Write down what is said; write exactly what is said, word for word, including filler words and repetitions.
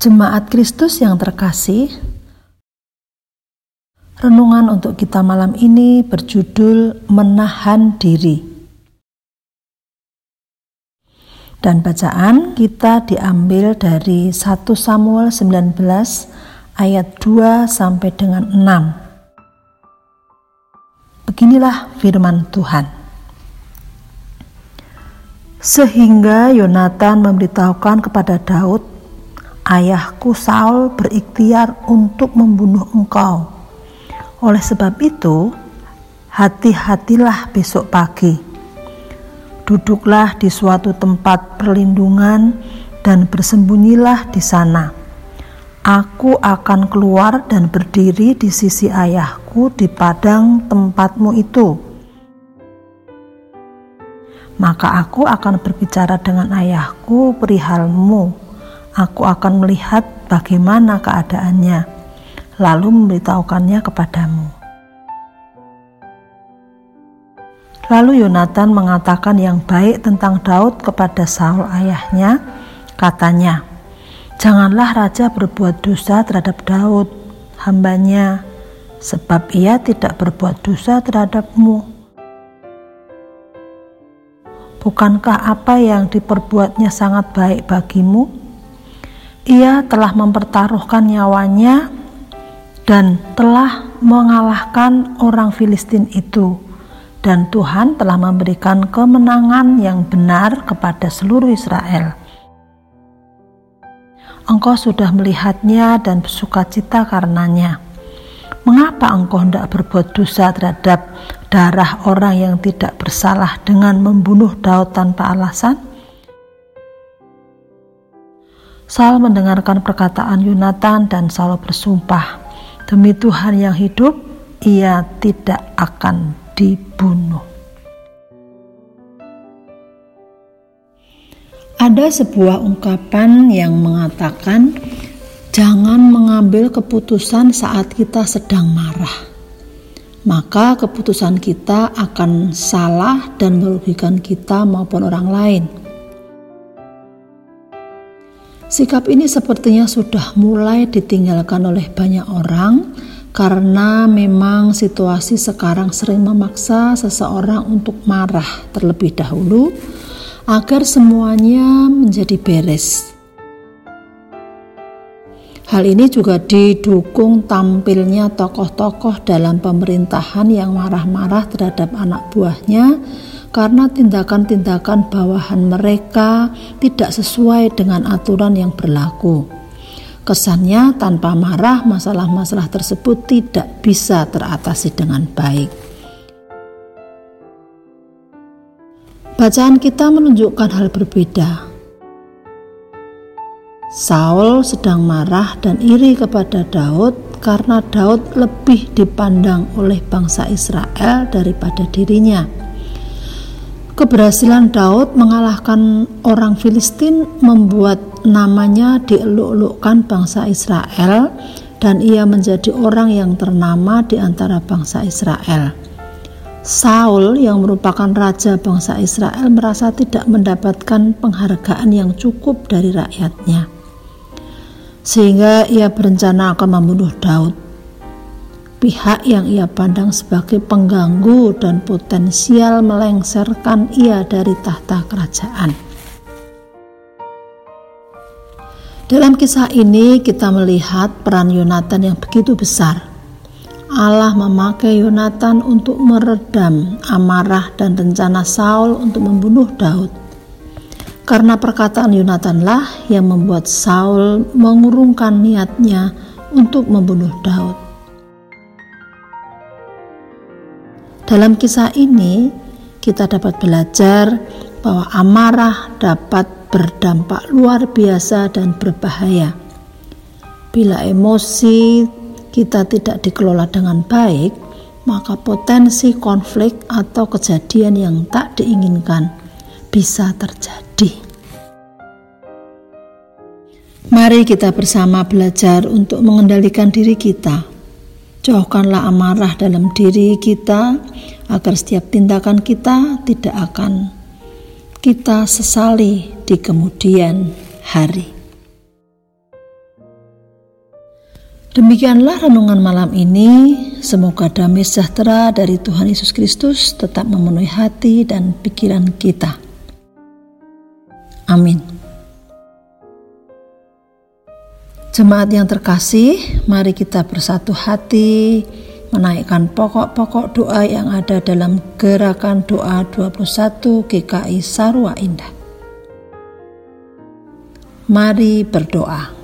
Jemaat Kristus yang terkasih, renungan untuk kita malam ini berjudul Menahan Diri. Dan bacaan kita diambil dari satu Samuel sembilan belas ayat dua sampai dengan enam. Beginilah firman Tuhan. Sehingga Yonatan memberitahukan kepada Daud, ayahku Saul berikhtiar untuk membunuh engkau. Oleh sebab itu, hati-hatilah besok pagi. Duduklah di suatu tempat perlindungan dan bersembunyilah di sana. Aku akan keluar dan berdiri di sisi ayahku di padang tempatmu itu. Maka aku akan berbicara dengan ayahku perihalmu. Aku akan melihat bagaimana keadaannya, lalu memberitahukannya kepadamu. Lalu Yonatan mengatakan yang baik tentang Daud kepada Saul ayahnya, katanya, janganlah raja berbuat dosa terhadap Daud, hambanya, sebab ia tidak berbuat dosa terhadapmu. Bukankah apa yang diperbuatnya sangat baik bagimu? Ia telah mempertaruhkan nyawanya dan telah mengalahkan orang Filistin itu, dan Tuhan telah memberikan kemenangan yang benar kepada seluruh Israel. Engkau sudah melihatnya dan bersukacita karenanya. Mengapa engkau hendak berbuat dosa terhadap darah orang yang tidak bersalah dengan membunuh Daud tanpa alasan? Saul mendengarkan perkataan Yonatan dan Saul bersumpah, demi Tuhan yang hidup, ia tidak akan dibunuh. Ada sebuah ungkapan yang mengatakan, jangan mengambil keputusan saat kita sedang marah. Maka keputusan kita akan salah dan merugikan kita maupun orang lain. Sikap ini sepertinya sudah mulai ditinggalkan oleh banyak orang karena memang situasi sekarang sering memaksa seseorang untuk marah terlebih dahulu agar semuanya menjadi beres. Hal ini juga didukung tampilnya tokoh-tokoh dalam pemerintahan yang marah-marah terhadap anak buahnya karena tindakan-tindakan bawahan mereka tidak sesuai dengan aturan yang berlaku. Kesannya tanpa marah, masalah-masalah tersebut tidak bisa teratasi dengan baik. Bacaan kita menunjukkan hal berbeda. Saul sedang marah dan iri kepada Daud karena Daud lebih dipandang oleh bangsa Israel daripada dirinya. Keberhasilan Daud mengalahkan orang Filistin membuat namanya dieluk-elukkan bangsa Israel dan ia menjadi orang yang ternama di antara bangsa Israel. Saul yang merupakan raja bangsa Israel merasa tidak mendapatkan penghargaan yang cukup dari rakyatnya, sehingga ia berencana akan membunuh Daud, pihak yang ia pandang sebagai pengganggu dan potensial melengsarkan ia dari tahta kerajaan. Dalam kisah ini kita melihat peran Yonatan yang begitu besar. Allah memakai Yonatan untuk meredam amarah dan rencana Saul untuk membunuh Daud. Karena perkataan Yonatanlah yang membuat Saul mengurungkan niatnya untuk membunuh Daud. Dalam kisah ini, kita dapat belajar bahwa amarah dapat berdampak luar biasa dan berbahaya. Bila emosi kita tidak dikelola dengan baik, maka potensi konflik atau kejadian yang tak diinginkan bisa terjadi. Mari kita bersama belajar untuk mengendalikan diri kita. Jauhkanlah amarah dalam diri kita agar setiap tindakan kita tidak akan kita sesali di kemudian hari. Demikianlah renungan malam ini. Semoga damai sejahtera dari Tuhan Yesus Kristus tetap memenuhi hati dan pikiran kita. Amin. Jemaat yang terkasih, mari kita bersatu hati menaikkan pokok-pokok doa yang ada dalam gerakan doa dua puluh satu G K I Sarua Indah. Mari berdoa.